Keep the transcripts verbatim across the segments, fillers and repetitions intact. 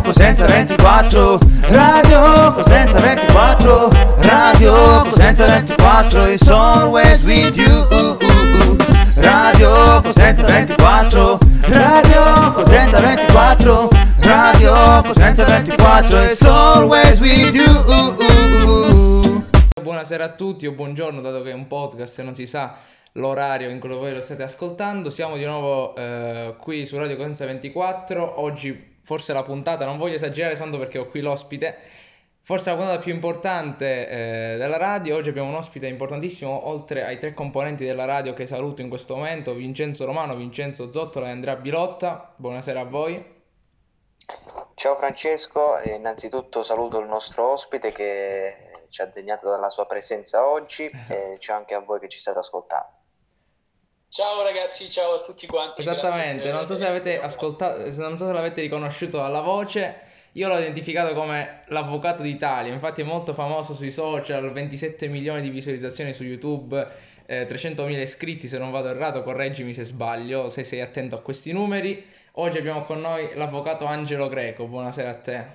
Cosenza ventiquattro, Radio Cosenza ventiquattro, Radio Cosenza ventiquattro is always with you. Radio Cosenza ventiquattro, Radio Cosenza ventiquattro, Radio Cosenza ventiquattro is always with you. Buonasera a tutti o buongiorno, dato che è un podcast e non si sa l'orario in cui voi lo state ascoltando. Siamo di nuovo eh, qui su Radio Cosenza ventiquattro. Oggi forse la puntata, non voglio esagerare tanto perché ho qui l'ospite, forse la puntata più importante eh, della radio. Oggi abbiamo un ospite importantissimo, oltre ai tre componenti della radio che saluto in questo momento: Vincenzo Romano, Vincenzo Zottola e Andrea Bilotta. Buonasera a voi. Ciao Francesco, e innanzitutto saluto il nostro ospite che ci ha degnato della sua presenza oggi, e ciao anche a voi che ci state ascoltando. Ciao ragazzi, ciao a tutti quanti. Esattamente, non so se avete ascoltato, non so se l'avete riconosciuto dalla voce. Io l'ho identificato come l'avvocato d'Italia, infatti è molto famoso sui social, ventisette milioni di visualizzazioni su YouTube, eh, trecentomila iscritti se non vado errato, correggimi se sbaglio, se sei attento a questi numeri. Oggi abbiamo con noi l'avvocato Angelo Greco, buonasera a te.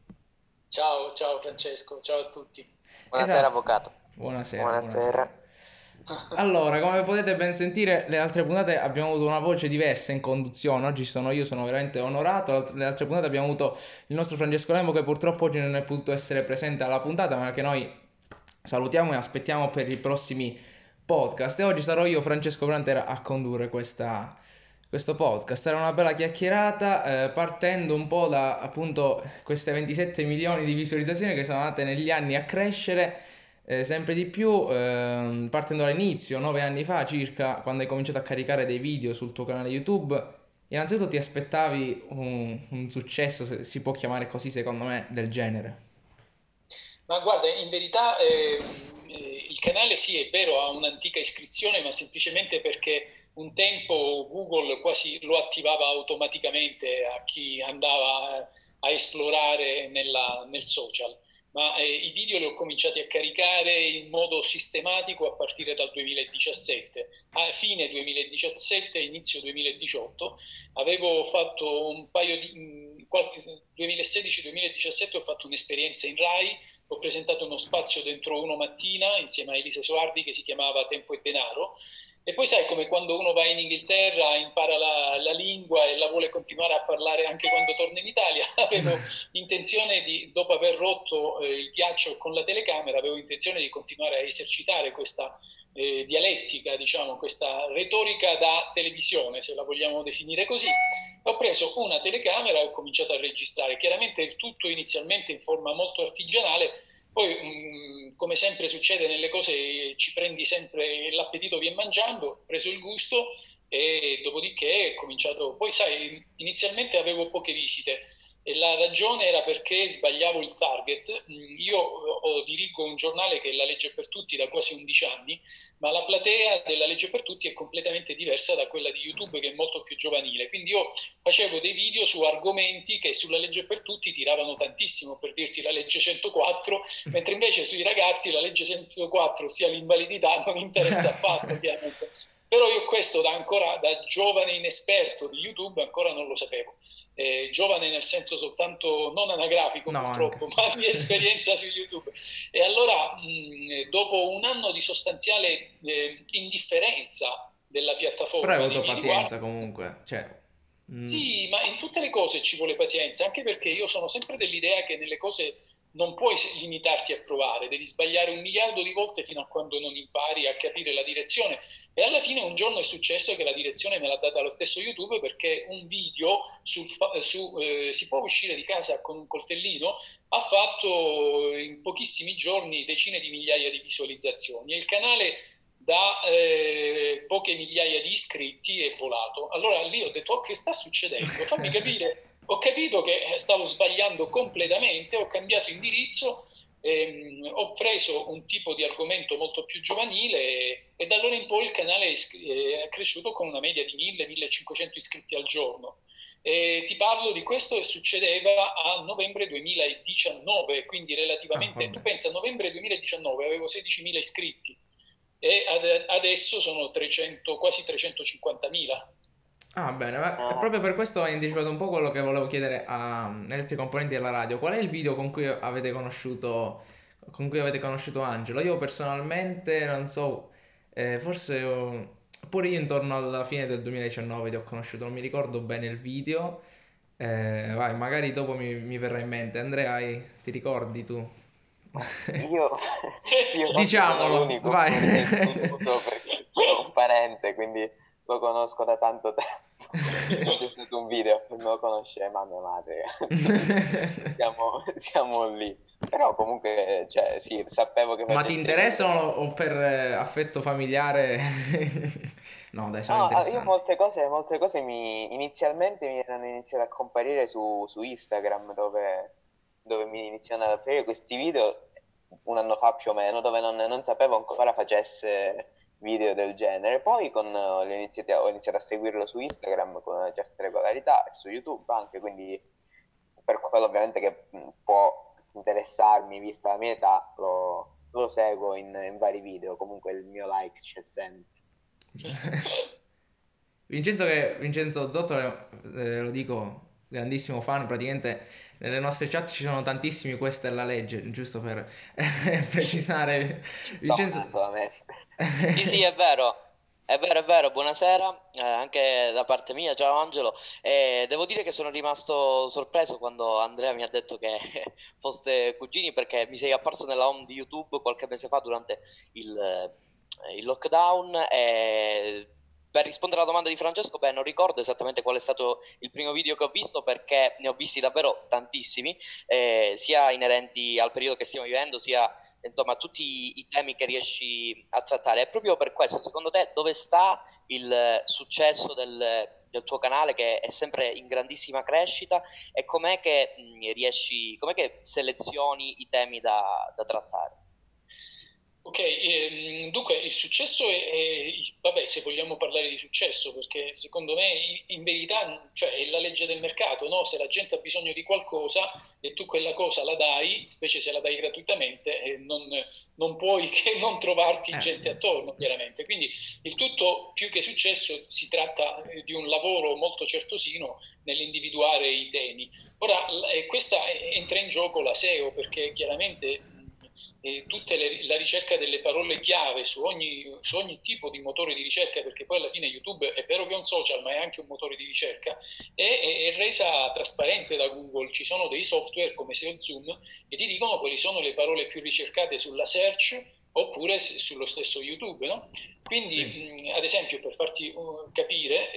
Ciao, ciao Francesco, ciao a tutti. Buonasera Esatto. avvocato. Buonasera. Buonasera. buonasera. Allora, come potete ben sentire, le altre puntate abbiamo avuto una voce diversa in conduzione. Oggi sono io, sono veramente onorato. Le altre puntate abbiamo avuto il nostro Francesco Lembo, che purtroppo oggi non è potuto essere presente alla puntata, ma che noi salutiamo e aspettiamo per i prossimi podcast. E oggi sarò io, Francesco Brantera, a condurre questa, questo podcast. Sarà una bella chiacchierata, eh, partendo un po' da appunto queste ventisette milioni di visualizzazioni che sono andate negli anni a crescere. Eh, sempre di più, ehm, partendo dall'inizio, nove anni fa circa, quando hai cominciato a caricare dei video sul tuo canale YouTube. Innanzitutto ti aspettavi un, un successo, se si può chiamare così secondo me, del genere? Ma guarda, in verità eh, il canale sì, è vero, ha un'antica iscrizione, ma semplicemente perché un tempo Google quasi lo attivava automaticamente a chi andava a esplorare nella, nel social. Ma eh, i video li ho cominciati a caricare in modo sistematico a partire dal duemiladiciassette. A fine duemiladiciassette, inizio duemiladiciotto, avevo fatto un paio di... duemilasedici duemiladiciassette ho fatto un'esperienza in Rai, ho presentato uno spazio dentro Uno Mattina insieme a Elisa Soardi che si chiamava Tempo e Denaro. E poi sai, come quando uno va in Inghilterra, impara la, la lingua e la vuole continuare a parlare anche quando torna in Italia, avevo intenzione di, dopo aver rotto eh, il ghiaccio con la telecamera, avevo intenzione di continuare a esercitare questa eh, dialettica, diciamo, questa retorica da televisione, se la vogliamo definire così. Ho preso una telecamera e ho cominciato a registrare, chiaramente il tutto inizialmente in forma molto artigianale. Poi, mh, come sempre succede nelle cose, ci prendi sempre l'appetito, viene mangiando, ho preso il gusto e dopodiché ho cominciato. Poi sai, inizialmente avevo poche visite e la ragione era perché sbagliavo il target. Io ho, dirigo un giornale che è La Legge per Tutti da quasi undici anni, ma la platea della Legge per Tutti è completamente diversa da quella di YouTube, che è molto più giovanile. Quindi io facevo dei video su argomenti che sulla Legge per Tutti tiravano tantissimo, per dirti la legge centoquattro, mentre invece sui ragazzi la legge centoquattro, sia l'invalidità, non interessa affatto, ovviamente. Però io questo da ancora da giovane inesperto di YouTube ancora non lo sapevo. Eh, giovane nel senso soltanto non anagrafico, no, purtroppo, anche. Ma di esperienza su YouTube. E allora mh, dopo un anno di sostanziale eh, indifferenza della piattaforma, però hai avuto pazienza riguarda... comunque, cioè, mh... sì, ma in tutte le cose ci vuole pazienza, anche perché io sono sempre dell'idea che nelle cose non puoi limitarti a provare, devi sbagliare un miliardo di volte fino a quando non impari a capire la direzione. E alla fine un giorno è successo che la direzione me l'ha data lo stesso YouTube, perché un video sul fa- su eh, si può uscire di casa con un coltellino ha fatto in pochissimi giorni decine di migliaia di visualizzazioni e il canale da eh, poche migliaia di iscritti è volato. Allora lì ho detto: oh, che sta succedendo? Fammi capire. Ho capito che stavo sbagliando completamente, ho cambiato indirizzo. Ehm, ho preso un tipo di argomento molto più giovanile e, e da allora in poi il canale è, è cresciuto con una media di mille millecinquecento iscritti al giorno. E ti parlo di questo che succedeva a novembre duemiladiciannove, quindi relativamente, ah, tu pensa, a novembre duemiladiciannove avevo sedicimila iscritti e ad, adesso sono trecento, quasi trecentocinquantamila. Ah, bene, ma No. proprio per questo hai anticipato un po' quello che volevo chiedere a- agli altri componenti della radio. Qual è il video con cui avete conosciuto, con cui avete conosciuto Angelo? Io personalmente non so, eh, forse oh, pure io intorno alla fine del duemiladiciannove ti ho conosciuto, non mi ricordo bene il video. Eh, vai, magari dopo mi, mi verrà in mente. Andrea, hai- ti ricordi tu? Io, io forse sono Diciamolo, l'unico vai. fuori del comune perché sono un parente, quindi lo conosco da tanto tempo. Non c'è stato un video per me lo conoscere mamma e madre. Siamo, siamo lì. Però comunque, cioè, sì, sapevo che Ma ti facesse i interessano video. o per eh, affetto familiare? No, dai, sono No, ah, io interessanti. molte cose, molte cose mi, inizialmente mi erano iniziate a comparire su, su Instagram dove, dove mi iniziano ad apparire questi video un anno fa più o meno, dove non, non sapevo ancora facesse video del genere. Poi con, eh, ho iniziato, ho iniziato a seguirlo su Instagram con una certa regolarità e su YouTube anche, quindi per quello ovviamente che mh, può interessarmi, vista la mia età, lo, lo seguo in, in vari video, comunque il mio like c'è sempre. Vincenzo, che, Vincenzo Zotto, eh, lo dico, grandissimo fan, praticamente nelle nostre chat ci sono tantissimi, questa è la legge, giusto per eh, precisare. Ci sto Vincenzo... solamente. Sì, sì, è vero, è vero, è vero, buonasera, eh, anche da parte mia, ciao Angelo. E devo dire che sono rimasto sorpreso quando Andrea mi ha detto che foste cugini perché mi sei apparso nella home di YouTube qualche mese fa durante il, eh, il lockdown e per rispondere alla domanda di Francesco, beh, non ricordo esattamente qual è stato il primo video che ho visto perché ne ho visti davvero tantissimi, eh, sia inerenti al periodo che stiamo vivendo, sia insomma tutti i temi che riesci a trattare. È proprio per questo, secondo te, dove sta il successo del, del tuo canale che è sempre in grandissima crescita e com'è che mh, riesci, com'è che selezioni i temi da, da trattare? Ok, ehm, dunque il successo è, è- vabbè, se vogliamo parlare di successo, perché secondo me in, in verità, cioè, è la legge del mercato, no? Se la gente ha bisogno di qualcosa e tu quella cosa la dai, specie se la dai gratuitamente, eh, non, non puoi che non trovarti Eh, gente attorno, chiaramente. Quindi il tutto, più che successo, si tratta eh, di un lavoro molto certosino nell'individuare i temi. Ora, l- eh, questa eh, entra in gioco la S E O, perché chiaramente mh, eh, tutta la ricerca delle parole chiave su ogni, su ogni tipo di motore di ricerca, perché poi alla fine YouTube è vero che è un social, ma è anche un motore di ricerca, è, è resa trasparente da Google. Ci sono dei software come S E O Zoom che ti dicono quali sono le parole più ricercate sulla search oppure sullo stesso YouTube, no? Quindi, sì. mh, ad esempio, per farti uh, capire,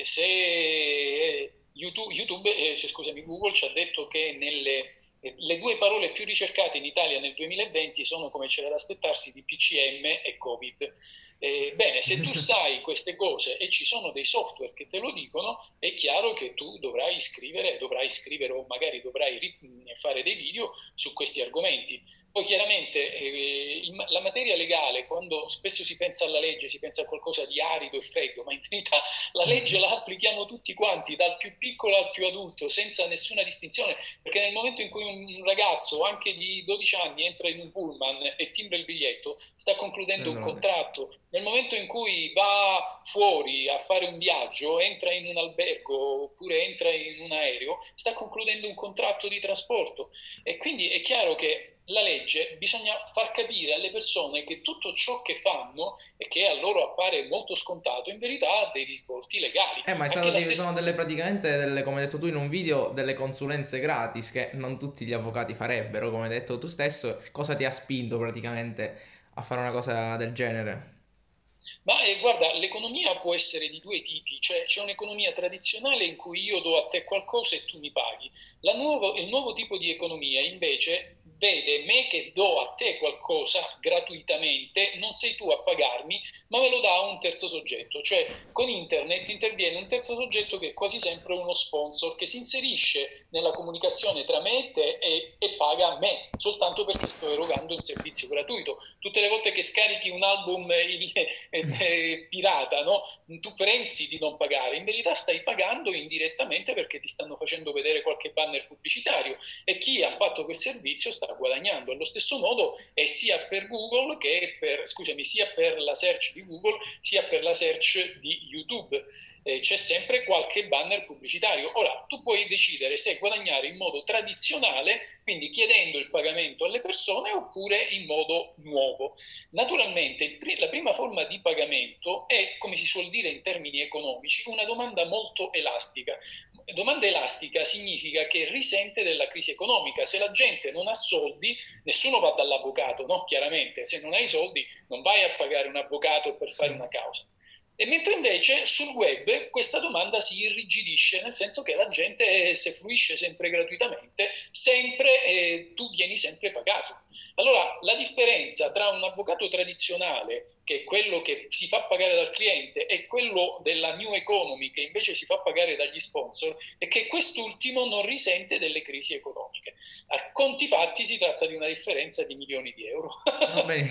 se YouTube, YouTube eh, cioè, scusami, Google ci ha detto che nelle le due parole più ricercate in Italia nel duemilaventi sono, come c'era da aspettarsi, di P C M e Covid. Eh, bene, se tu sai queste cose e ci sono dei software che te lo dicono, è chiaro che tu dovrai scrivere, dovrai scrivere o magari dovrai fare dei video su questi argomenti. Poi chiaramente eh, il, la materia legale, quando spesso si pensa alla legge, si pensa a qualcosa di arido e freddo, ma in verità la legge la applichiamo tutti quanti, dal più piccolo al più adulto, senza nessuna distinzione, perché nel momento in cui un ragazzo anche di dodici anni entra in un pullman e timbra il biglietto, sta concludendo un contratto. Nel momento in cui va fuori a fare un viaggio, entra in un albergo oppure entra in un aereo, sta concludendo un contratto di trasporto. E quindi è chiaro che la legge bisogna far capire alle persone che tutto ciò che fanno e che a loro appare molto scontato, in verità ha dei risvolti legali. Eh, ma è stato Anche la di- stessa... sono delle praticamente, delle, come hai detto tu in un video, delle consulenze gratis che non tutti gli avvocati farebbero, come hai detto tu stesso. Cosa ti ha spinto praticamente a fare una cosa del genere? Ma eh, guarda, l'economia può essere di due tipi, cioè c'è un'economia tradizionale in cui io do a te qualcosa e tu mi paghi. La nuovo, il nuovo tipo di economia invece vede me che do a te qualcosa gratuitamente, non sei tu a pagarmi, ma me lo dà un terzo soggetto, cioè con internet interviene un terzo soggetto che è quasi sempre uno sponsor che si inserisce nella comunicazione tra me e te e, e paga a me, soltanto perché sto erogando un servizio gratuito. Tutte le volte che scarichi un album il, eh, pirata, no? Tu pensi di non pagare, in verità stai pagando indirettamente perché ti stanno facendo vedere qualche banner pubblicitario e chi ha fatto quel servizio sta sta guadagnando. Allo stesso modo è sia per Google che per, scusami, sia per la search di Google, sia per la search di YouTube. Eh, c'è sempre qualche banner pubblicitario. Ora, tu puoi decidere se guadagnare in modo tradizionale, quindi chiedendo il pagamento alle persone, oppure in modo nuovo. Naturalmente il, la prima forma di pagamento è, come si suol dire in termini economici, una domanda molto elastica. Domanda elastica significa che risente della crisi economica. Se la gente non ha soldi, nessuno va dall'avvocato, no? Chiaramente, se non hai soldi non vai a pagare un avvocato per fare una causa. E mentre invece sul web questa domanda si irrigidisce, nel senso che la gente, se fruisce sempre gratuitamente, sempre eh, tu vieni sempre pagato. Allora, la differenza tra un avvocato tradizionale, che è quello che si fa pagare dal cliente, e quello della New Economy, che invece si fa pagare dagli sponsor, è che quest'ultimo non risente delle crisi economiche. A conti fatti si tratta di una differenza di milioni di euro. Va bene.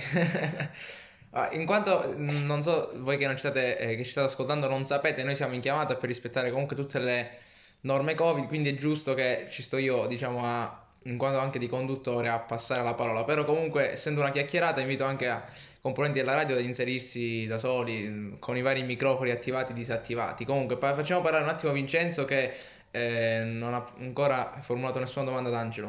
In quanto, non so, voi che non ci state, eh, che ci state ascoltando non sapete, noi siamo in chiamata per rispettare comunque tutte le norme Covid, quindi è giusto che ci sto io, diciamo, a, in quanto anche di conduttore, a passare la parola. Però comunque, essendo una chiacchierata, invito anche a componenti della radio ad inserirsi da soli, con i vari microfoni attivati e disattivati. Comunque, pa- facciamo parlare un attimo Vincenzo, che eh, non ha ancora formulato nessuna domanda ad Angelo.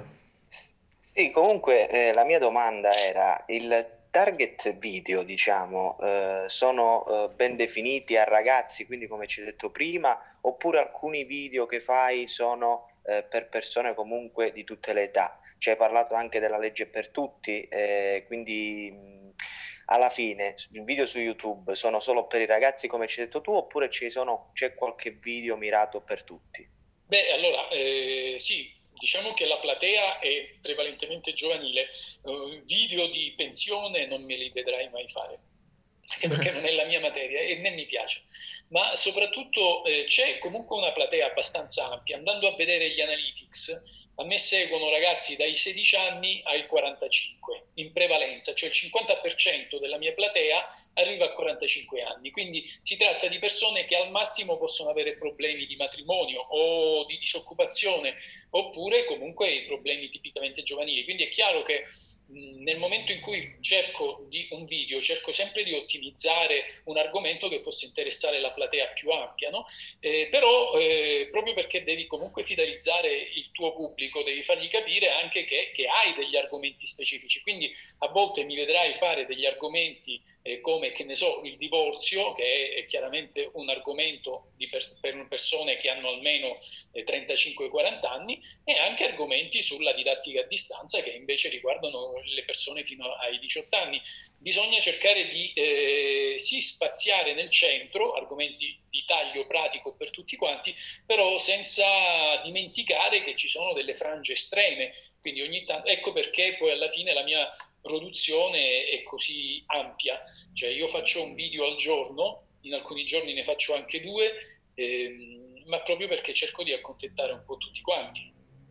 Sì, comunque eh, la mia domanda era: il target video, diciamo, eh, sono eh, ben definiti a ragazzi, quindi come ci hai detto prima, oppure alcuni video che fai sono eh, per persone comunque di tutte le età? Ci hai parlato anche della legge per tutti, eh, quindi mh, alla fine i video su YouTube sono solo per i ragazzi come ci hai detto tu, oppure ci sono, c'è qualche video mirato per tutti? Beh, allora, eh, sì. Diciamo che la platea è prevalentemente giovanile, uh, video di pensione non me li vedrai mai fare, anche perché non è la mia materia e né mi piace, ma soprattutto eh, c'è comunque una platea abbastanza ampia. Andando a vedere gli analytics, a me seguono ragazzi dai sedici anni ai quarantacinque, in prevalenza, cioè il cinquanta per cento della mia platea arriva a quarantacinque anni, quindi si tratta di persone che al massimo possono avere problemi di matrimonio o di disoccupazione, oppure comunque problemi tipicamente giovanili. Quindi è chiaro che mh, nel momento in cui cerco di un video, cerco sempre di ottimizzare un argomento che possa interessare la platea più ampia, no? Eh, però eh, proprio perché devi comunque fidelizzare il tuo pubblico, devi fargli capire anche che, che hai degli argomenti specifici. Quindi a volte mi vedrai fare degli argomenti eh, come, che ne so, il divorzio, che è, è chiaramente un argomento di per, per persone che hanno almeno eh, trentacinque quaranta anni, e anche argomenti sulla didattica a distanza che invece riguardano le persone fino ai diciotto anni. Bisogna cercare di eh, sì spaziare nel centro, argomenti di taglio pratico per tutti quanti, però senza dimenticare che ci sono delle frange estreme. Quindi ogni tanto, ecco perché poi alla fine la mia produzione è così ampia, cioè io faccio un video al giorno, in alcuni giorni ne faccio anche due, ehm, ma proprio perché cerco di accontentare un po' tutti quanti.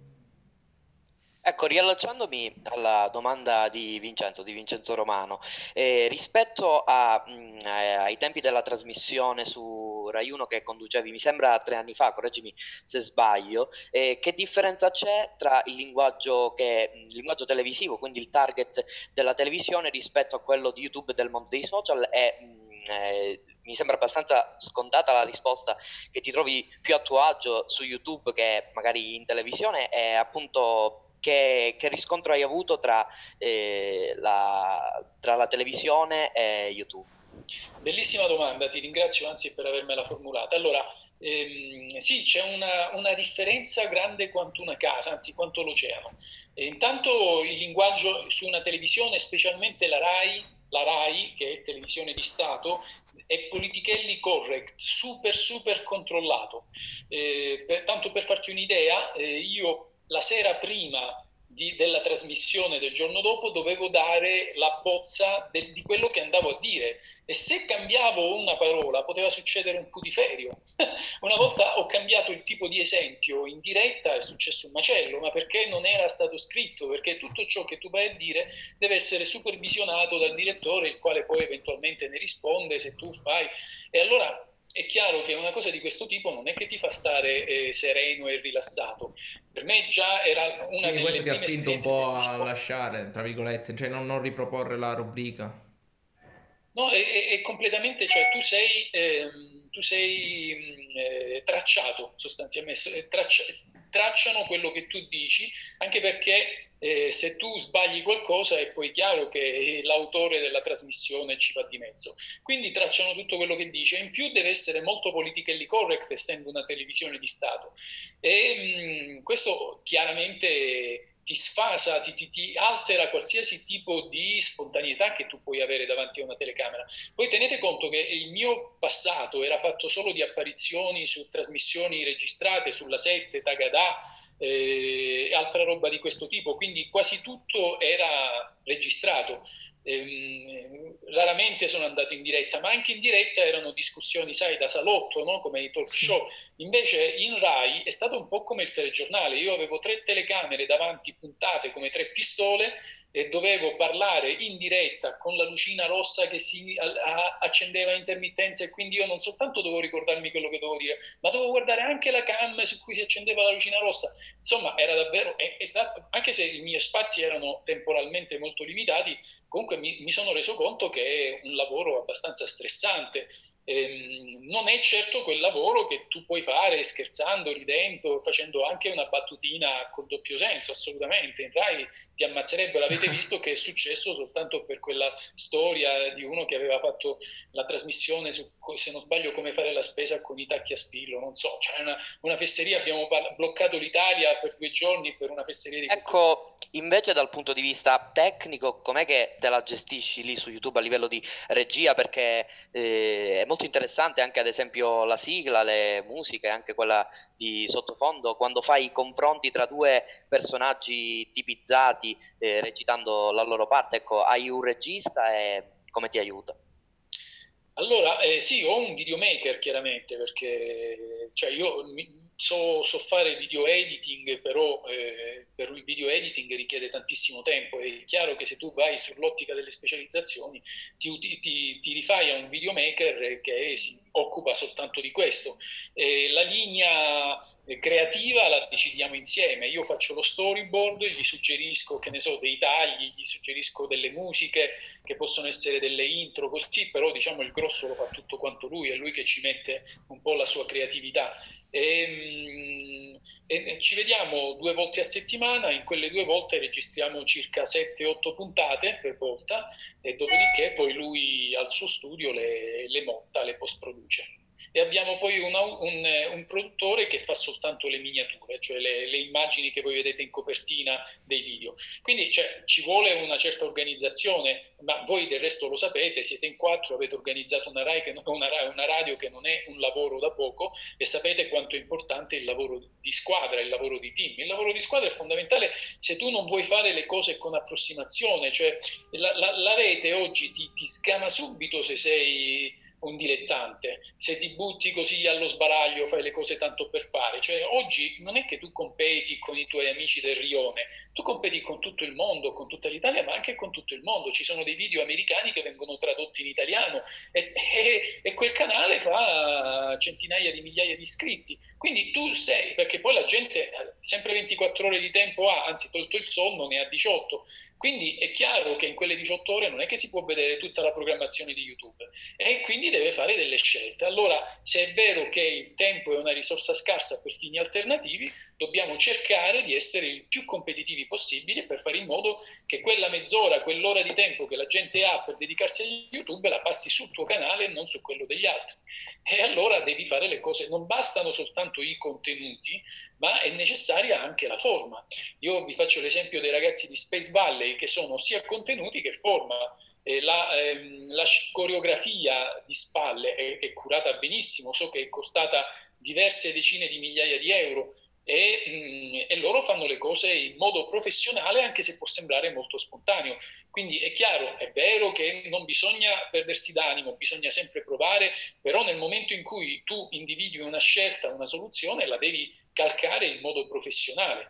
Ecco, riallacciandomi alla domanda di Vincenzo, di Vincenzo Romano, eh, rispetto a, mh, ai tempi della trasmissione su Rai uno che conducevi, mi sembra tre anni fa, correggimi se sbaglio, eh, che differenza c'è tra il linguaggio, che, il linguaggio televisivo, quindi il target della televisione, rispetto a quello di YouTube e del mondo dei social? E mh, eh, mi sembra abbastanza scontata la risposta, che ti trovi più a tuo agio su YouTube che magari in televisione, e appunto Che, che riscontro hai avuto tra, eh, la, tra la televisione e YouTube? Bellissima domanda, ti ringrazio anzi per avermela formulata. Allora, ehm, sì, c'è una, una differenza grande quanto una casa, anzi quanto l'oceano. E intanto il linguaggio su una televisione, specialmente la Rai, la Rai, che è televisione di Stato, è politically correct, super super controllato. Eh, per, tanto per farti un'idea, eh, io la sera prima di, della trasmissione del giorno dopo dovevo dare la bozza de, di quello che andavo a dire, e se cambiavo una parola poteva succedere un putiferio. Una volta ho cambiato il tipo di esempio in diretta, è successo un macello, ma perché non era stato scritto, perché tutto ciò che tu vai a dire deve essere supervisionato dal direttore, il quale poi eventualmente ne risponde se tu fai. E allora è chiaro che una cosa di questo tipo non è che ti fa stare eh, sereno e rilassato. Per me già era una Quindi delle questo ti ha prime spinto un esperienze po' a televisive. lasciare, tra virgolette, cioè non, non riproporre la rubrica. No, è, è- è completamente, cioè tu sei, ehm, tu sei mh, eh, tracciato sostanzialmente, eh, traccia- tracciano quello che tu dici, anche perché eh, se tu sbagli qualcosa è poi chiaro che l'autore della trasmissione ci va di mezzo. Quindi tracciano tutto quello che dice. In più deve essere molto politically correct, essendo una televisione di Stato. E mh, questo chiaramente ti sfasa, ti, ti, ti altera qualsiasi tipo di spontaneità che tu puoi avere davanti a una telecamera. Poi tenete conto che il mio passato era fatto solo di apparizioni su trasmissioni registrate sulla sette, Tagadà eh, e altra roba di questo tipo, quindi quasi tutto era registrato. Ehm, raramente sono andato in diretta, ma anche in diretta erano discussioni, sai, da salotto, no? Come i talk show. Invece in Rai è stato un po' come il telegiornale, io avevo tre telecamere davanti puntate come tre pistole e dovevo parlare in diretta con la lucina rossa che si a, a, accendeva a intermittenza, e quindi io non soltanto dovevo ricordarmi quello che dovevo dire, ma dovevo guardare anche la cam su cui si accendeva la lucina rossa. Insomma, era davvero, è, è stato, anche se i miei spazi erano temporalmente molto limitati, comunque mi, mi sono reso conto che è un lavoro abbastanza stressante. Ehm, non è certo quel lavoro che tu puoi fare scherzando, ridendo, facendo anche una battutina con doppio senso, assolutamente. In Rai ti ammazzerebbero. Avete visto che è successo soltanto per quella storia di uno che aveva fatto la trasmissione su, se non sbaglio, come fare la spesa con i tacchi a spillo, non so, cioè una, una fesseria, abbiamo bloccato l'Italia per due giorni per una fesseria di questo tipo. Ecco, invece dal punto di vista tecnico, com'è che te la gestisci lì su YouTube a livello di regia? Perché eh, è molto interessante anche ad esempio la sigla, le musiche, anche quella di sottofondo, quando fai i confronti tra due personaggi tipizzati eh, recitando la loro parte. Ecco, hai un regista e come ti aiuta? Allora, eh, sì, ho un videomaker chiaramente, perché cioè io mi- so, so fare video editing, però eh, per il video editing richiede tantissimo tempo. È chiaro che se tu vai sull'ottica delle specializzazioni ti, uti- ti- ti rifai a un videomaker che si occupa soltanto di questo. Eh, la linea eh, creativa la decidiamo insieme. Io faccio lo storyboard, gli suggerisco, che ne so, dei tagli, gli suggerisco delle musiche che possono essere delle intro così, però diciamo il grosso lo fa tutto quanto lui, è lui che ci mette un po' la sua creatività. E, e ci vediamo due volte a settimana, in quelle due volte registriamo circa sette otto puntate per volta, e dopodiché poi lui al suo studio le, le monta, le post-produce. E abbiamo poi una, un, un, produttore che fa soltanto le miniature, cioè le, le immagini che voi vedete in copertina dei video. Quindi cioè, ci vuole una certa organizzazione, ma voi del resto lo sapete, siete in quattro, avete organizzato una, Rai che non, una, una radio che non è un lavoro da poco, e sapete quanto è importante il lavoro di squadra, il lavoro di team. Il lavoro di squadra è fondamentale se tu non vuoi fare le cose con approssimazione, cioè la, la, la rete oggi ti, ti scama subito se sei un dilettante, se ti butti così allo sbaraglio, fai le cose tanto per fare. Cioè oggi non è che tu competi con i tuoi amici del rione, tu competi con tutto il mondo, con tutta l'Italia, ma anche con tutto il mondo. Ci sono dei video americani che vengono tradotti in italiano e, e, e quel canale fa centinaia di migliaia di iscritti. Quindi tu sei, perché poi la gente sempre ventiquattro ore di tempo ha, anzi tolto il sonno ne ha diciotto. Quindi è chiaro che in quelle diciotto ore non è che si può vedere tutta la programmazione di YouTube, e quindi deve fare delle scelte. Allora, se è vero che il tempo è una risorsa scarsa per fini alternativi, dobbiamo cercare di essere il più competitivi possibile per fare in modo che quella mezz'ora, quell'ora di tempo che la gente ha per dedicarsi a YouTube la passi sul tuo canale e non su quello degli altri. E allora devi fare le cose, non bastano soltanto i contenuti, ma è necessaria anche la forma. Io vi faccio l'esempio dei ragazzi di Space Valley, che sono sia contenuti che forma. Eh, la, ehm, la coreografia di spalle è, è curata benissimo, so che è costata diverse decine di migliaia di euro, e, mh, e loro fanno le cose in modo professionale, anche se può sembrare molto spontaneo. Quindi è chiaro, è vero che non bisogna perdersi d'animo, bisogna sempre provare, però nel momento in cui tu individui una scelta, una soluzione, la devi calcare in modo professionale.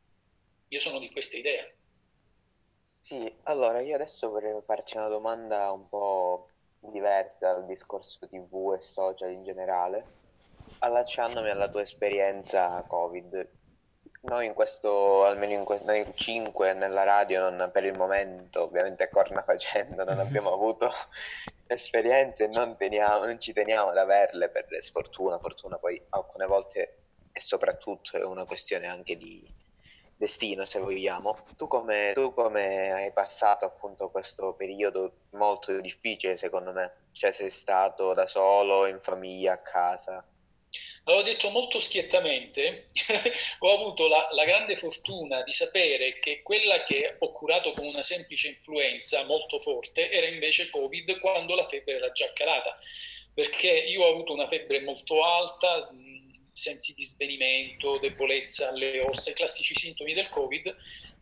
Io sono di questa idea. Sì, allora io adesso vorrei farti una domanda un po' diverse dal discorso tivù e social in generale, allacciandomi alla tua esperienza Covid. Noi in questo, almeno in que- noi cinque nella radio, non, per il momento, ovviamente corna facendo, non abbiamo avuto esperienze e non, teniamo, non ci teniamo ad averle per sfortuna, fortuna poi alcune volte e soprattutto è una questione anche di destino, se vogliamo. Tu come, tu come hai passato appunto questo periodo molto difficile, secondo me? Cioè sei stato da solo, in famiglia, a casa? Avevo detto molto schiettamente, ho avuto la, la grande fortuna di sapere che quella che ho curato con una semplice influenza molto forte era invece Covid, quando la febbre era già calata, perché io ho avuto una febbre molto alta, mh, sensi di svenimento, debolezza alle ossa, i classici sintomi del Covid,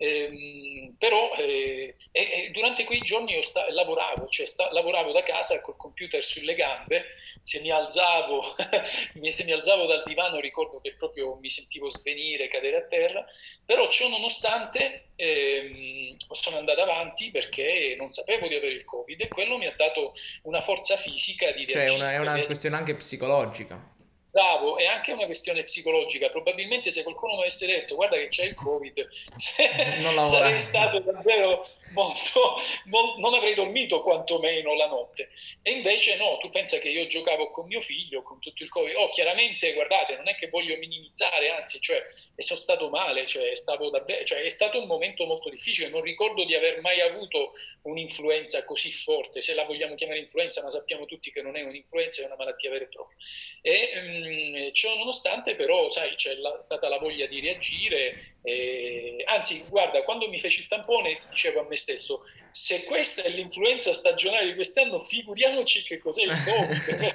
ehm, però eh, e, e durante quei giorni io sta, lavoravo, cioè sta, lavoravo da casa col computer sulle gambe, se mi alzavo, se mi alzavo dal divano ricordo che proprio mi sentivo svenire, cadere a terra, però ciò nonostante ehm, sono andato avanti perché non sapevo di avere il Covid e quello mi ha dato una forza fisica di Cioè una- è reagire. una questione anche psicologica. Bravo, è anche una questione psicologica. Probabilmente se qualcuno mi avesse detto guarda che c'è il Covid, Non lavorare. sarei stato davvero molto, mol- non avrei dormito quantomeno la notte. E invece no, tu pensa che io giocavo con mio figlio, con tutto il Covid. Oh, chiaramente, guardate, non è che voglio minimizzare, anzi, cioè, e sono stato male, cioè, stavo davvero, cioè, è stato un momento molto difficile. Non ricordo di aver mai avuto un'influenza così forte, se la vogliamo chiamare influenza, ma sappiamo tutti che non è un'influenza, è una malattia vera e propria. E mh, ciò nonostante però, sai, c'è la, stata la voglia di reagire, eh, anzi, guarda, quando mi feci il tampone dicevo a me stesso, se questa è l'influenza stagionale di quest'anno, figuriamoci che cos'è il Covid.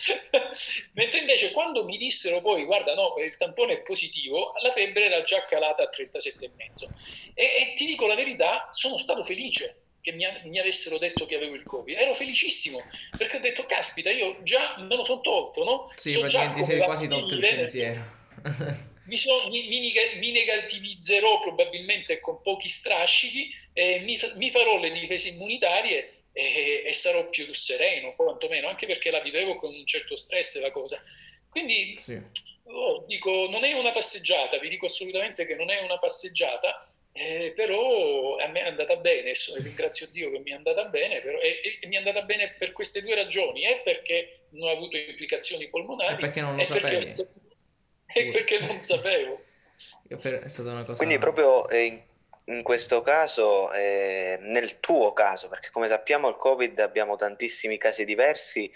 Mentre invece quando mi dissero poi, guarda, no, il tampone è positivo, la febbre era già calata a trentasette e mezzo. E, e ti dico la verità, sono stato felice che mi, mi avessero detto che avevo il Covid. Ero felicissimo, perché ho detto, caspita, io già me lo sono tolto, no? Sì, So già praticamente ti come sei va quasi a tolto il finire. pensiero. Mi, so, mi, mi, mi negativizzerò probabilmente con pochi strascichi, eh, mi, mi farò le difese immunitarie e, e sarò più sereno, quantomeno, anche perché la vivevo con un certo stress la cosa. Quindi Sì. oh, dico, non è una passeggiata, vi dico assolutamente che non è una passeggiata, eh, però a me è andata bene, ringrazio Dio che mi è andata bene, però, e, e mi è andata bene per queste due ragioni, è perché non ho avuto implicazioni polmonari, È perché non lo e perché, sapevi. ho, e perché non sapevo. È stata una cosa... Quindi proprio eh, in, in questo caso, eh, nel tuo caso, perché come sappiamo il Covid abbiamo tantissimi casi diversi,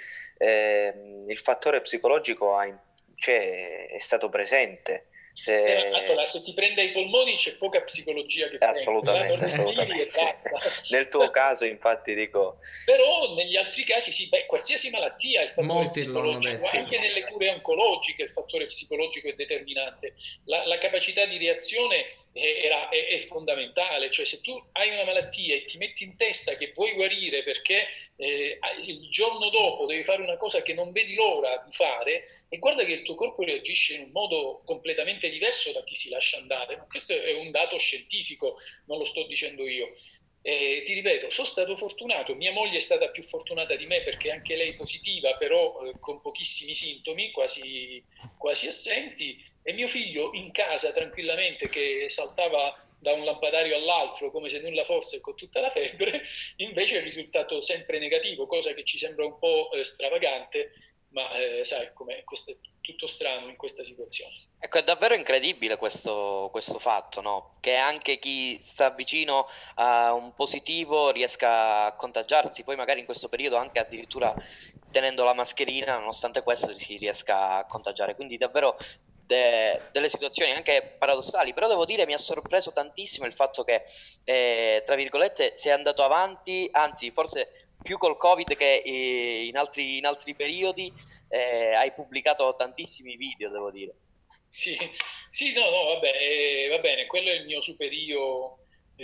eh, il fattore psicologico ha in- cioè, è stato presente. Se... Eh, allora, se ti prende i polmoni c'è poca psicologia che assolutamente, prende, assolutamente. e basta. Nel tuo caso, infatti, dico... Però negli altri casi sì, beh, qualsiasi malattia è il fattore Molti l'hanno psicologico, detto, sì. anche nelle cure oncologiche il fattore psicologico è determinante. La, la capacità di reazione è, era, è, è fondamentale, cioè se tu hai una malattia e ti metti in testa che vuoi guarire perché eh, il giorno dopo devi fare una cosa che non vedi l'ora di fare, e guarda che il tuo corpo reagisce in un modo completamente diverso da chi si lascia andare. Ma questo è un dato scientifico, non lo sto dicendo io. Eh, ti ripeto, sono stato fortunato, mia moglie è stata più fortunata di me perché anche lei positiva, però eh, con pochissimi sintomi, quasi, quasi assenti, e mio figlio in casa tranquillamente che saltava da un lampadario all'altro come se nulla fosse con tutta la febbre, invece è risultato sempre negativo, cosa che ci sembra un po' eh, stravagante, ma eh, sai, com'è, questo è tutto strano in questa situazione. Ecco, è davvero incredibile questo, questo fatto, no? Che anche chi sta vicino a un positivo riesca a contagiarsi, poi magari in questo periodo anche addirittura tenendo la mascherina, nonostante questo si riesca a contagiare. Quindi davvero de- delle situazioni anche paradossali, però devo dire mi ha sorpreso tantissimo il fatto che, eh, tra virgolette, sei andato avanti, anzi forse più col Covid che eh, in altri, in altri periodi, eh, hai pubblicato tantissimi video, devo dire. Sì, sì, no, no, vabbè, eh, va bene, quello è il mio superio,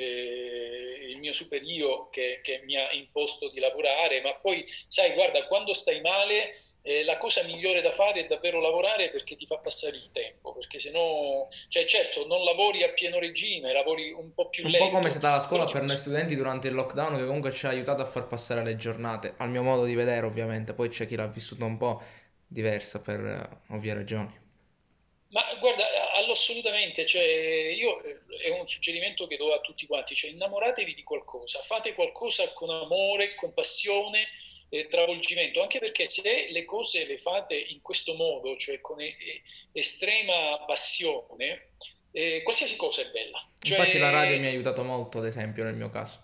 eh, il mio superio che, che mi ha imposto di lavorare, ma poi, sai, guarda, quando stai male eh, la cosa migliore da fare è davvero lavorare, perché ti fa passare il tempo, perché se no, cioè certo, non lavori a pieno regime, lavori un po' più Un lento. po' come è stata la scuola però per ti- noi studenti durante il lockdown, che comunque ci ha aiutato a far passare le giornate, al mio modo di vedere ovviamente, poi c'è chi l'ha vissuta un po' diversa per eh, ovvie ragioni. Ma guarda, allo- assolutamente, cioè, io, eh, è un suggerimento che do a tutti quanti, cioè innamoratevi di qualcosa, fate qualcosa con amore, con passione, eh, travolgimento, anche perché se le cose le fate in questo modo, cioè con e- e- estrema passione, eh, qualsiasi cosa è bella. Infatti la radio Cioè, mi ha aiutato molto, ad esempio, nel mio caso.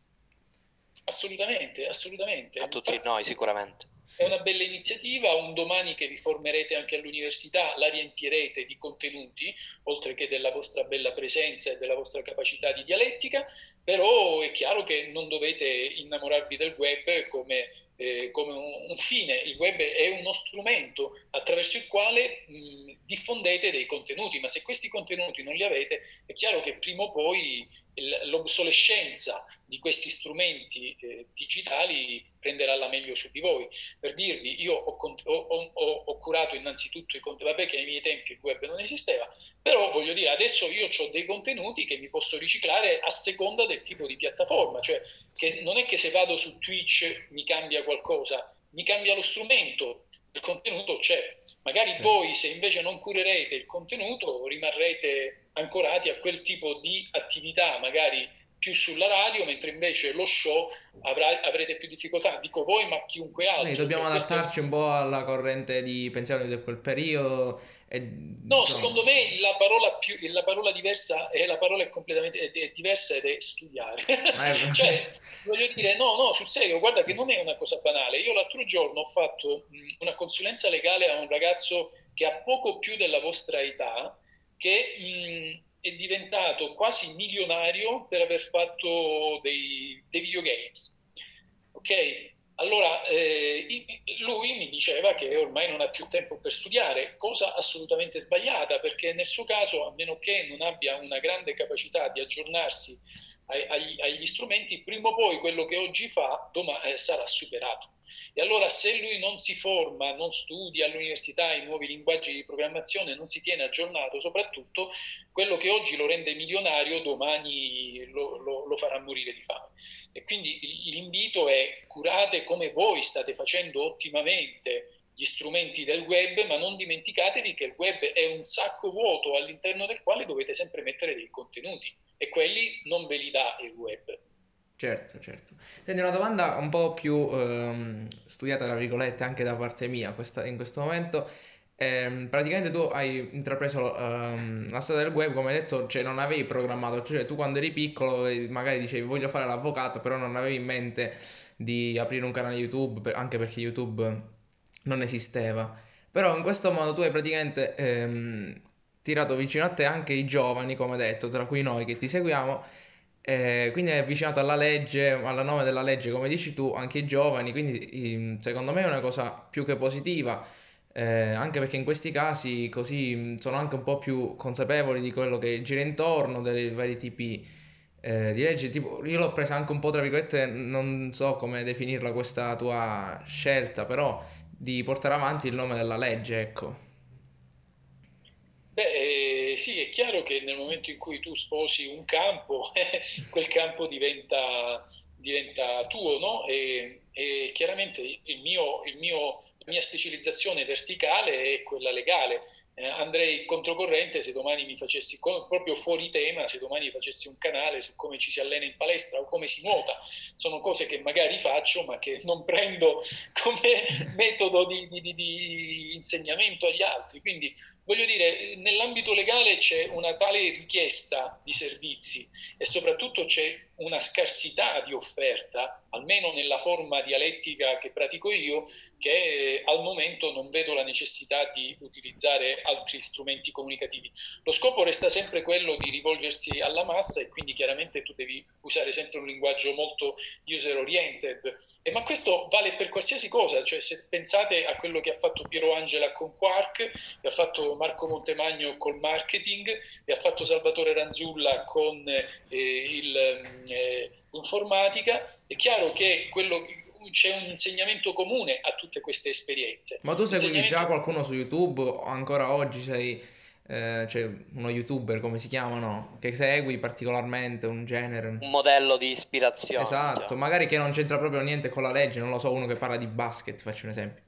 assolutamente, assolutamente. A tutti Infatti, noi sicuramente. è Sì. una bella iniziativa, un domani che vi formerete anche all'università, la riempirete di contenuti, oltre che della vostra bella presenza e della vostra capacità di dialettica, però è chiaro che non dovete innamorarvi del web come, eh, come un, un fine. Il web è uno strumento attraverso il quale mh, diffondete dei contenuti, ma se questi contenuti non li avete, è chiaro che prima o poi il- l'obsolescenza di questi strumenti eh, digitali prenderà la meglio su di voi. Per dirvi, io ho, ho, ho, ho curato innanzitutto i contenuti, vabbè che ai miei tempi il web non esisteva, però voglio dire, adesso io ho dei contenuti che mi posso riciclare a seconda del tipo di piattaforma, cioè che non è che se vado su Twitch mi cambia qualcosa, mi cambia lo strumento, il contenuto c'è. Magari Sì. voi, se invece non curerete il contenuto, rimarrete ancorati a quel tipo di attività, magari più sulla radio, mentre invece lo show avrà, avrete più difficoltà. Dico voi, ma chiunque altro. Sì, dobbiamo Cioè, questo è... adattarci un po' alla corrente di pensiero di quel periodo e No, insomma, secondo me la parola, più, la parola diversa è la parola è completamente è, è diversa ed è studiare. eh, Cioè, voglio dire, no, no, sul serio, guarda sì, che sì. non è una cosa banale. Io l'altro giorno ho fatto mh, una consulenza legale a un ragazzo che ha poco più della vostra età, che mh, è diventato quasi milionario per aver fatto dei, dei videogames. Ok? Allora, eh, lui mi diceva che ormai non ha più tempo per studiare, cosa assolutamente sbagliata, perché nel suo caso, a meno che non abbia una grande capacità di aggiornarsi ai, agli, agli strumenti, prima o poi quello che oggi fa domani, eh, sarà superato. E allora se lui non si forma, non studia all'università i nuovi linguaggi di programmazione, non si tiene aggiornato, soprattutto quello che oggi lo rende milionario, domani lo, lo, lo farà morire di fame. E quindi l'invito è: curate come voi state facendo ottimamente gli strumenti del web, ma non dimenticatevi che il web è un sacco vuoto all'interno del quale dovete sempre mettere dei contenuti, e quelli non ve li dà il web. Certo, certo. Senti, una domanda un po' più ehm, studiata, tra virgolette, anche da parte mia questa- in questo momento. Ehm, praticamente tu hai intrapreso ehm, la strada del web, come hai detto, cioè non avevi programmato, cioè tu quando eri piccolo eh, magari dicevi voglio fare l'avvocato, però non avevi in mente di aprire un canale YouTube, per- anche perché YouTube non esisteva. Però in questo modo tu hai praticamente ehm, tirato vicino a te anche i giovani, come hai detto, tra cui noi che ti seguiamo. Eh, quindi è avvicinato alla legge, alla nome della legge, come dici tu, anche i giovani, quindi ehm, secondo me è una cosa più che positiva, eh, anche perché in questi casi così mh, sono anche un po' più consapevoli di quello che gira intorno, dei vari tipi eh, di leggi. Tipo, io l'ho presa anche un po', tra virgolette, non so come definirla questa tua scelta, però di portare avanti il nome della legge, ecco. Beh, eh, sì, è chiaro che nel momento in cui tu sposi un campo, quel campo diventa, diventa tuo, no? E, e chiaramente il mio, il mio, la mia specializzazione verticale è quella legale. Eh, andrei controcorrente se domani mi facessi, co- proprio fuori tema, se domani facessi un canale su come ci si allena in palestra o come si nuota. Sono cose che magari faccio, ma che non prendo come metodo di, di, di, di insegnamento agli altri. Quindi voglio dire, nell'ambito legale c'è una tale richiesta di servizi e soprattutto c'è una scarsità di offerta, almeno nella forma dialettica che pratico io, che eh, al momento non vedo la necessità di utilizzare altri strumenti comunicativi. Lo scopo resta sempre quello di rivolgersi alla massa, e quindi chiaramente tu devi usare sempre un linguaggio molto user oriented. E ma questo vale per qualsiasi cosa, cioè se pensate a quello che ha fatto Piero Angela con Quark, che ha fatto Marco Montemagno col marketing, e ha fatto Salvatore Ranzulla con eh, il, eh, l'informatica, è chiaro che quello, c'è un insegnamento comune a tutte queste esperienze. Ma tu segui Insegnamento... già qualcuno su YouTube o ancora oggi sei eh, c'è uno YouTuber, come si chiamano, che segui particolarmente, un genere? Un modello di ispirazione. Esatto, diciamo. magari che non c'entra proprio niente con la legge, non lo so, uno che parla di basket, faccio un esempio.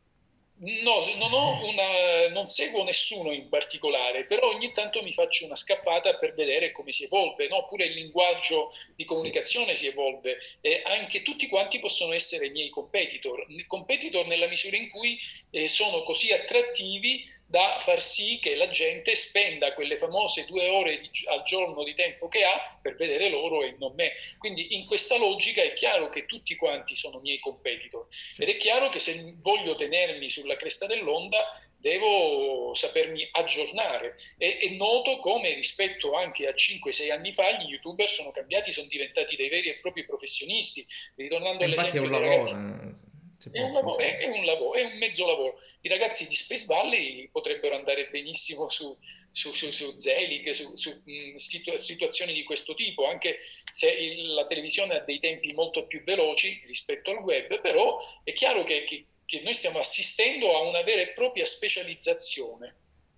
No, non, ho una, non seguo nessuno in particolare, però ogni tanto mi faccio una scappata per vedere come si evolve, no? Pure il linguaggio di comunicazione si evolve e anche tutti quanti possono essere i miei competitor, competitor nella misura in cui eh, sono così attrattivi da far sì che la gente spenda quelle famose due ore di, al giorno di tempo che ha per vedere loro e non me. Quindi in questa logica è chiaro che tutti quanti sono miei competitor ed è chiaro che se voglio tenermi sulla cresta dell'onda devo sapermi aggiornare e, e noto come rispetto anche a cinque sei anni fa gli youtuber sono cambiati, sono diventati dei veri e propri professionisti. Ritornando Infatti è all'esempio un dei lavoro. ragazzi, si è può un, lavoro, pensare. è, è un lavoro, è un mezzo lavoro. I ragazzi di Space Valley potrebbero andare benissimo su, su, su, su Zelig, su, su mh, situ- situazioni di questo tipo, anche se il- la televisione ha dei tempi molto più veloci rispetto al web, però è chiaro che, che, che noi stiamo assistendo a una vera e propria specializzazione.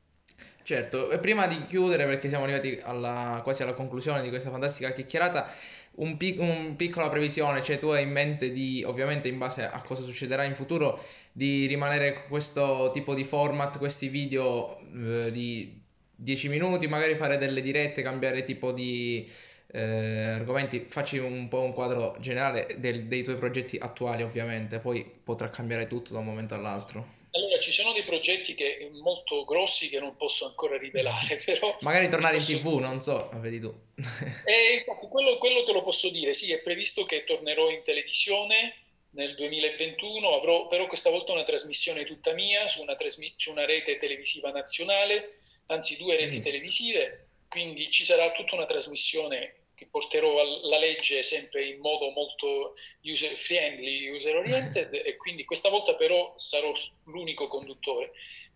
Certo, e prima di chiudere, perché siamo arrivati alla, quasi alla conclusione di questa fantastica chiacchierata, un, pic- un piccola previsione, cioè tu hai in mente di, ovviamente in base a cosa succederà in futuro, di rimanere con questo tipo di format, questi video eh, di dieci minuti, magari fare delle dirette, cambiare tipo di eh, argomenti, facci un po' un quadro generale del- dei tuoi progetti attuali, ovviamente, poi potrà cambiare tutto da un momento all'altro. Allora, ci sono dei progetti che, molto grossi che non posso ancora rivelare, però Magari ti tornare in posso T V, non so, vedi tu. E infatti quello, quello te lo posso dire, sì, è previsto che tornerò in televisione nel duemilaventuno, avrò però questa volta una trasmissione tutta mia su una, trasmi- su una rete televisiva nazionale, anzi due reti Benissimo. televisive, quindi ci sarà tutta una trasmissione che porterò alla legge sempre in modo molto user friendly, user oriented e quindi questa volta però sarò l'unico conduttore.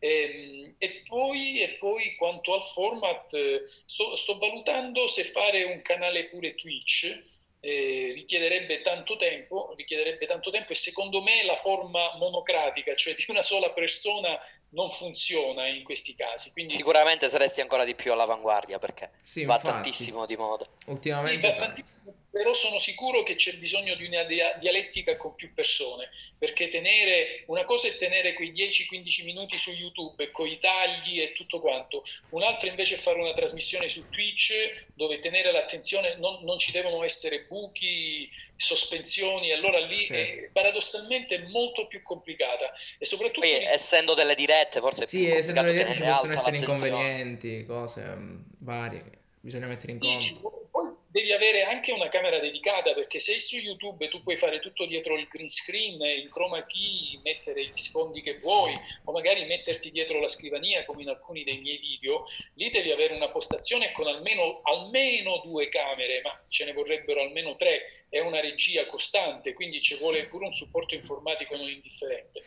E, e poi, e poi quanto al format, eh, sto, sto valutando se fare un canale pure Twitch, eh, richiederebbe tanto tempo, richiederebbe tanto tempo e secondo me la forma monocratica, cioè di una sola persona, non funziona in questi casi. Quindi Sicuramente saresti ancora di più all'avanguardia perché Sì, va infatti. tantissimo di moda. sì, Ultimamente va tanto. tantissimo, però sono sicuro che c'è bisogno di una dia- dialettica con più persone, perché tenere una cosa è tenere quei dieci quindici minuti su YouTube con i tagli e tutto quanto, un'altra invece è fare una trasmissione su Twitch dove tenere l'attenzione, non, non ci devono essere buchi, sospensioni, allora lì Certo. è, paradossalmente è molto più complicata e soprattutto Poi di- essendo delle dirette forse è Sì, più essendo complicato le dirette ci tenere possono alta essere l'attenzione. inconvenienti, cose mm, varie che bisogna mettere in Dici, conto. poi devi avere anche una camera dedicata perché se su YouTube tu puoi fare tutto dietro il green screen, il chroma key, mettere gli sfondi che vuoi o magari metterti dietro la scrivania come in alcuni dei miei video, lì devi avere una postazione con almeno, almeno due camere, ma ce ne vorrebbero almeno tre, è una regia costante, quindi ci vuole pure un supporto informatico non indifferente.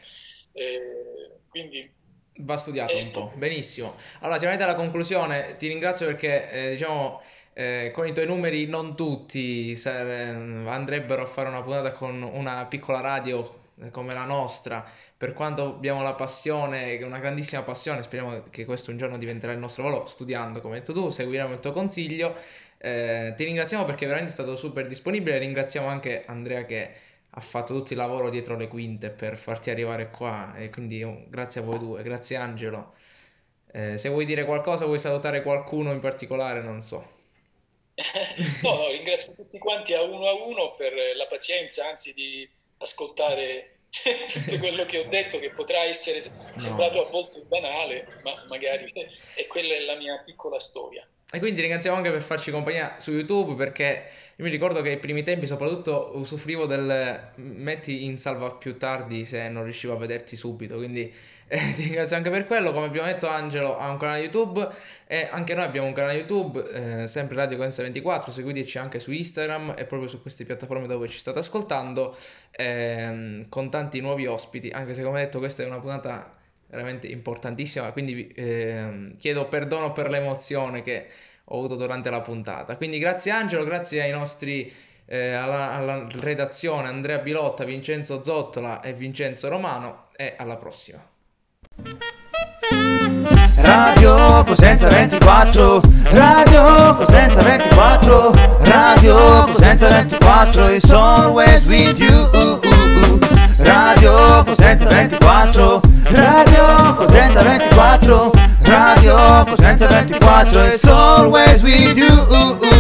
Eh, quindi Va studiato un ecco. po', benissimo. Allora, siamo arrivati alla conclusione. Ti ringrazio perché, eh, diciamo, eh, con i tuoi numeri non tutti sare- andrebbero a fare una puntata con una piccola radio eh, come la nostra. Per quanto abbiamo la passione, una grandissima passione, speriamo che questo un giorno diventerà il nostro lavoro, studiando, come hai detto tu, seguiremo il tuo consiglio. Eh, ti ringraziamo perché veramente è stato super disponibile. Ringraziamo anche Andrea che ha fatto tutto il lavoro dietro le quinte per farti arrivare qua e quindi oh, grazie a voi due, grazie Angelo. Eh, se vuoi dire qualcosa, vuoi salutare qualcuno in particolare, non so. No, no, ringrazio tutti quanti a uno a uno per la pazienza, anzi di ascoltare tutto quello che ho detto, che potrà essere sembrato a volte banale, ma magari è quella è la mia piccola storia. E quindi ringraziamo anche per farci compagnia su YouTube perché io mi ricordo che ai primi tempi soprattutto usufruivo del metti in salva più tardi se non riuscivo a vederti subito, quindi eh, ti ringrazio anche per quello. Come abbiamo detto, Angelo ha un canale YouTube e anche noi abbiamo un canale YouTube, eh, sempre Radio Cosenza ventiquattro, seguiteci anche su Instagram e proprio su queste piattaforme dove ci state ascoltando, ehm, con tanti nuovi ospiti, anche se come detto questa è una puntata veramente importantissima, quindi ehm, chiedo perdono per l'emozione che ho avuto durante la puntata. Quindi grazie Angelo, grazie ai nostri eh, alla, alla redazione Andrea Bilotta, Vincenzo Zottola e Vincenzo Romano, e alla prossima. Radio Cosenza ventiquattro, Radio Cosenza ventiquattro, Radio Cosenza ventiquattro is always with you. Radio Cosenza ventiquattro, Radio Cosenza ventiquattro, Radio Cosenza ventiquattro is always with you.